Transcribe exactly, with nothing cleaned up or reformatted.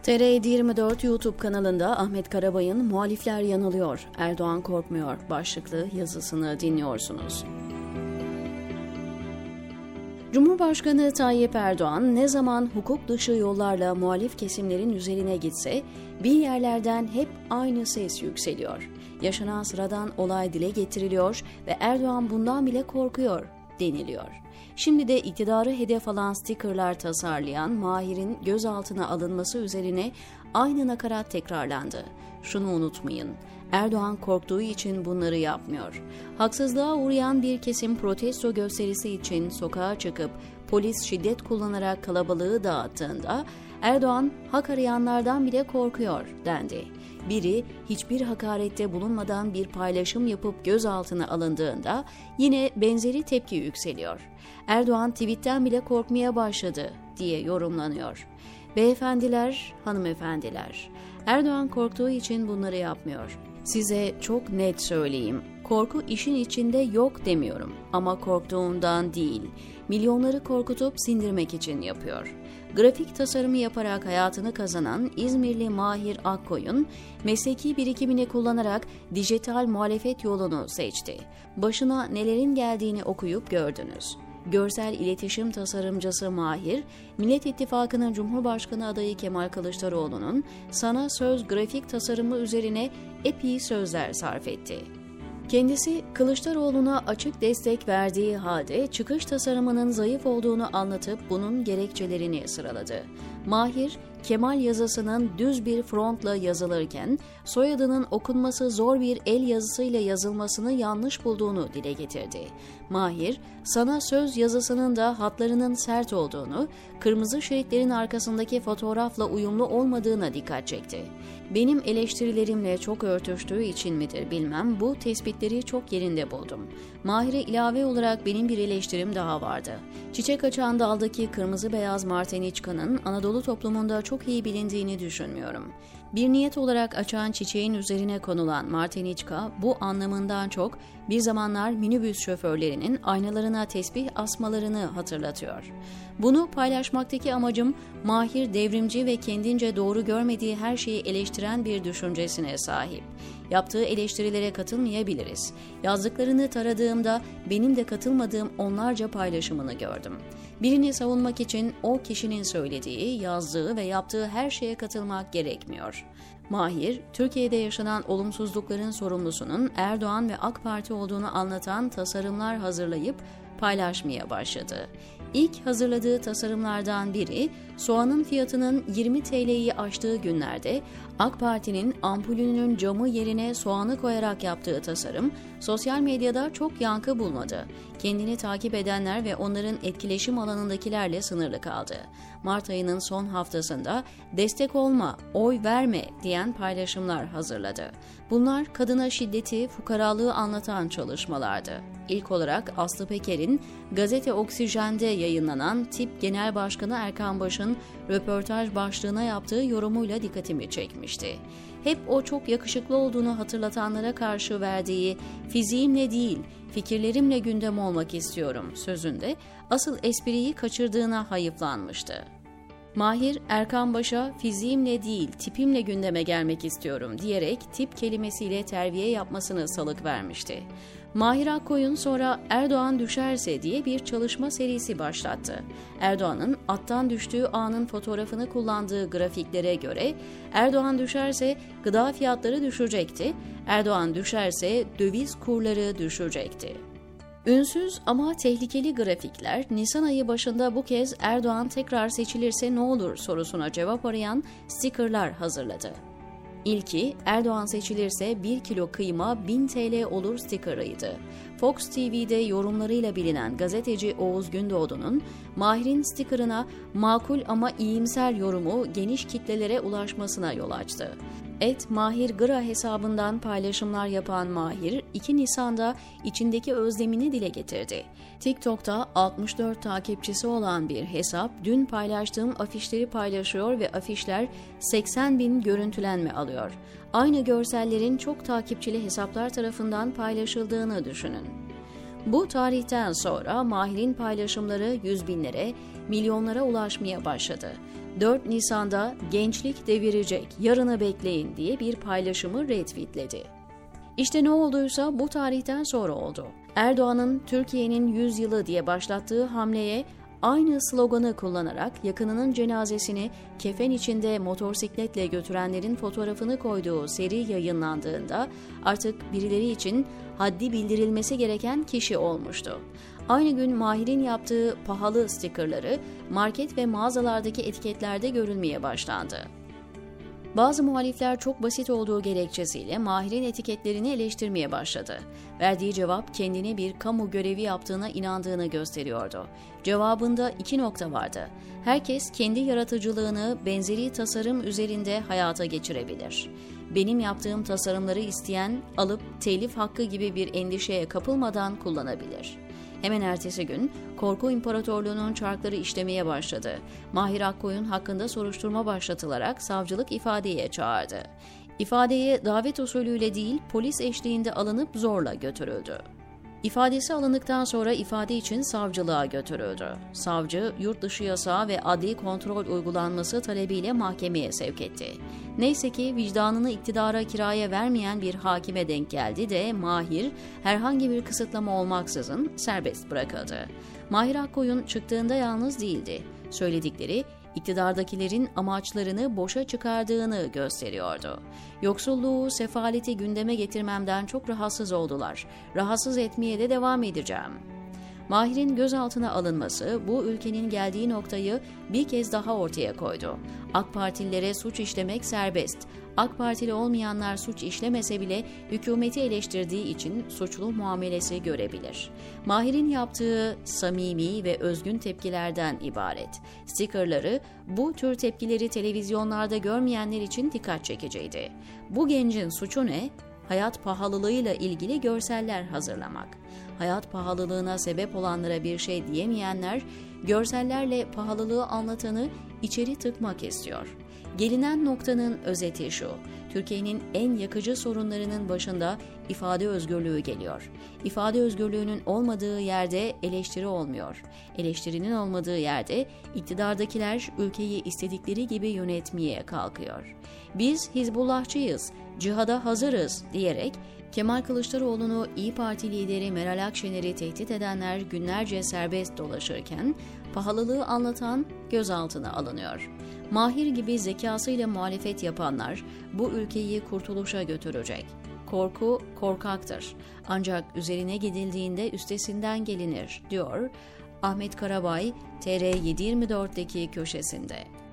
T R yedi yirmi dört YouTube kanalında Ahmet Karabay'ın "Muhalifler yanılıyor, Erdoğan korkmuyor" başlıklı yazısını dinliyorsunuz. Cumhurbaşkanı Tayyip Erdoğan ne zaman hukuk dışı yollarla muhalif kesimlerin üzerine gitse bir yerlerden hep aynı ses yükseliyor. Yaşanan sıradan olay dile getiriliyor ve Erdoğan bundan bile korkuyor deniliyor. Şimdi de iktidarı hedef alan stikerler tasarlayan Mahir'in gözaltına alınması üzerine aynı nakarat tekrarlandı. Şunu unutmayın, Erdoğan korktuğu için bunları yapmıyor. Haksızlığa uğrayan bir kesim protesto gösterisi için sokağa çıkıp polis şiddet kullanarak kalabalığı dağıttığında Erdoğan hak arayanlardan bile korkuyor dendi. Biri hiçbir hakarette bulunmadan bir paylaşım yapıp gözaltına alındığında yine benzeri tepki yükseliyor. Erdoğan tweetten bile korkmaya başladı diye yorumlanıyor. Beyefendiler, hanımefendiler, Erdoğan korktuğu için bunları yapmıyor. Size çok net söyleyeyim, korku işin içinde yok demiyorum ama korktuğundan değil, milyonları korkutup sindirmek için yapıyor. Grafik tasarımı yaparak hayatını kazanan İzmirli Mahir Akkoyun, mesleki birikimini kullanarak dijital muhalefet yolunu seçti. Başına nelerin geldiğini okuyup gördünüz. Görsel iletişim tasarımcısı Mahir, Millet İttifakı'nın Cumhurbaşkanı adayı Kemal Kılıçdaroğlu'nun "Sana Söz" grafik tasarımı üzerine epey sözler sarf etti. Kendisi Kılıçdaroğlu'na açık destek verdiği halde çıkış tasarımının zayıf olduğunu anlatıp bunun gerekçelerini sıraladı. Mahir, Kemal yazısının düz bir frontla yazılırken soyadının okunması zor bir el yazısıyla yazılmasını yanlış bulduğunu dile getirdi. Mahir, "Sana Söz" yazısının da hatlarının sert olduğunu, kırmızı şeritlerin arkasındaki fotoğrafla uyumlu olmadığına dikkat çekti. Benim eleştirilerimle çok örtüştüğü için midir bilmem, bu tespitleri çok yerinde buldum. Mahir'e ilave olarak benim bir eleştirim daha vardı. Çiçek açan daldaki kırmızı beyaz Marteniçka'nın Anadolu toplumunda çok iyi bilindiğini düşünmüyorum. Bir niyet olarak açan çiçeğin üzerine konulan Marteniçka bu anlamından çok bir zamanlar minibüs şoförlerinin aynalarına tesbih asmalarını hatırlatıyor. Bunu paylaşmaktaki amacım Mahir devrimci ve kendince doğru görmediği her şeyi eleştiren bir düşüncesine sahip. Yaptığı eleştirilere katılmayabiliriz. Yazdıklarını taradığımda benim de katılmadığım onlarca paylaşımını gördüm. Birini savunmak için o kişinin söylediği, yazdığı ve yaptığı her şeye katılmak gerekmiyor. Mahir, Türkiye'de yaşanan olumsuzlukların sorumlusunun Erdoğan ve AK Parti olduğunu anlatan tasarımlar hazırlayıp paylaşmaya başladı. İlk hazırladığı tasarımlardan biri, soğanın fiyatının yirmi T L'yi aştığı günlerde AK Parti'nin ampulünün camı yerine soğanı koyarak yaptığı tasarım, sosyal medyada çok yankı bulmadı. Kendini takip edenler ve onların etkileşim alanındakilerle sınırlı kaldı. Mart ayının son haftasında "Destek olma, oy verme" diyen paylaşımlar hazırladı. Bunlar kadına şiddeti, fukaralığı anlatan çalışmalardı. İlk olarak Aslı Peker'in Gazete Oksijen'de yayınlanan Tip Genel Başkanı Erkan Baş'ın röportaj başlığına yaptığı yorumuyla dikkatimi çekmişti. Hep o çok yakışıklı olduğunu hatırlatanlara karşı verdiği "fiziğimle değil, fikirlerimle gündem olmak istiyorum" sözünde asıl espriyi kaçırdığına hayıflanmıştı. Mahir, Erkan Baş'a "fiziğimle değil, tipimle gündeme gelmek istiyorum" diyerek tip kelimesiyle terbiye yapmasını salık vermişti. Mahir Akkoyun sonra "Erdoğan düşerse" diye bir çalışma serisi başlattı. Erdoğan'ın attan düştüğü anın fotoğrafını kullandığı grafiklere göre Erdoğan düşerse gıda fiyatları düşecekti, Erdoğan düşerse döviz kurları düşecekti. Ünsüz ama tehlikeli grafikler Nisan ayı başında bu kez Erdoğan tekrar seçilirse ne olur sorusuna cevap arayan stikerler hazırladı. İlki Erdoğan seçilirse bir kilo kıyma bin T L olur stikerıydı. Fox T V'de yorumlarıyla bilinen gazeteci Oğuz Gündoğdu'nun Mahir'in stikerına makul ama iyimser yorumu geniş kitlelere ulaşmasına yol açtı. Et Mahir Gra hesabından paylaşımlar yapan Mahir, iki Nisan'da içindeki özlemini dile getirdi. TikTok'ta altmış dört takipçisi olan bir hesap, dün paylaştığım afişleri paylaşıyor ve afişler seksen bin görüntülenme alıyor. Aynı görsellerin çok takipçili hesaplar tarafından paylaşıldığını düşünün. Bu tarihten sonra Mahir'in paylaşımları yüz binlere, milyonlara ulaşmaya başladı. dört Nisan'da "Gençlik devirecek, yarını bekleyin" diye bir paylaşımı retweetledi. İşte ne olduysa bu tarihten sonra oldu. Erdoğan'ın Türkiye'nin yüz yılı diye başlattığı hamleye aynı sloganı kullanarak yakınının cenazesini kefen içinde motosikletle götürenlerin fotoğrafını koyduğu seri yayınlandığında artık birileri için haddi bildirilmesi gereken kişi olmuştu. Aynı gün Mahir'in yaptığı pahalı stikerleri market ve mağazalardaki etiketlerde görülmeye başlandı. Bazı muhalifler çok basit olduğu gerekçesiyle Mahir'in etiketlerini eleştirmeye başladı. Verdiği cevap kendini bir kamu görevi yaptığına inandığını gösteriyordu. Cevabında iki nokta vardı. Herkes kendi yaratıcılığını benzeri tasarım üzerinde hayata geçirebilir. Benim yaptığım tasarımları isteyen alıp telif hakkı gibi bir endişeye kapılmadan kullanabilir. Hemen ertesi gün Korku İmparatorluğu'nun çarkları işlemeye başladı. Mahir Akkoyun hakkında soruşturma başlatılarak savcılık ifadeye çağırdı. İfadeye davet usulüyle değil, polis eşliğinde alınıp zorla götürüldü. İfadesi alındıktan sonra ifade için savcılığa götürüldü. Savcı, yurt dışı yasağı ve adli kontrol uygulanması talebiyle mahkemeye sevk etti. Neyse ki vicdanını iktidara kiraya vermeyen bir hakime denk geldi de Mahir, herhangi bir kısıtlama olmaksızın serbest bırakıldı. Mahir Akkoyun çıktığında yalnız değildi. Söyledikleri, iktidardakilerin amaçlarını boşa çıkardığını gösteriyordu. Yoksulluğu, sefaleti gündeme getirmemden çok rahatsız oldular. Rahatsız etmeye de devam edeceğim. Mahir'in gözaltına alınması bu ülkenin geldiği noktayı bir kez daha ortaya koydu. AK Partililere suç işlemek serbest. AK Partili olmayanlar suç işlemese bile hükümeti eleştirdiği için suçlu muamelesi görebilir. Mahir'in yaptığı samimi ve özgün tepkilerden ibaret. Stikerleri bu tür tepkileri televizyonlarda görmeyenler için dikkat çekiciydi. Bu gencin suçu ne? Hayat pahalılığıyla ilgili görseller hazırlamak. Hayat pahalılığına sebep olanlara bir şey diyemeyenler, görsellerle pahalılığı anlatanı içeri tıkmak istiyor. Gelinen noktanın özeti şu: Türkiye'nin en yakıcı sorunlarının başında ifade özgürlüğü geliyor. İfade özgürlüğünün olmadığı yerde eleştiri olmuyor. Eleştirinin olmadığı yerde iktidardakiler ülkeyi istedikleri gibi yönetmeye kalkıyor. Biz Hizbullahçıyız, cihada hazırız diyerek Kemal Kılıçdaroğlu'nu İYİ Parti lideri Meral Akşener'i tehdit edenler günlerce serbest dolaşırken pahalılığı anlatan gözaltına alınıyor. Mahir gibi zekasıyla muhalefet yapanlar bu ülkeyi kurtuluşa götürecek. Korku korkaktır. Ancak üzerine gidildiğinde üstesinden gelinir, diyor Ahmet Karabay T R yedi yirmi dört'teki köşesinde.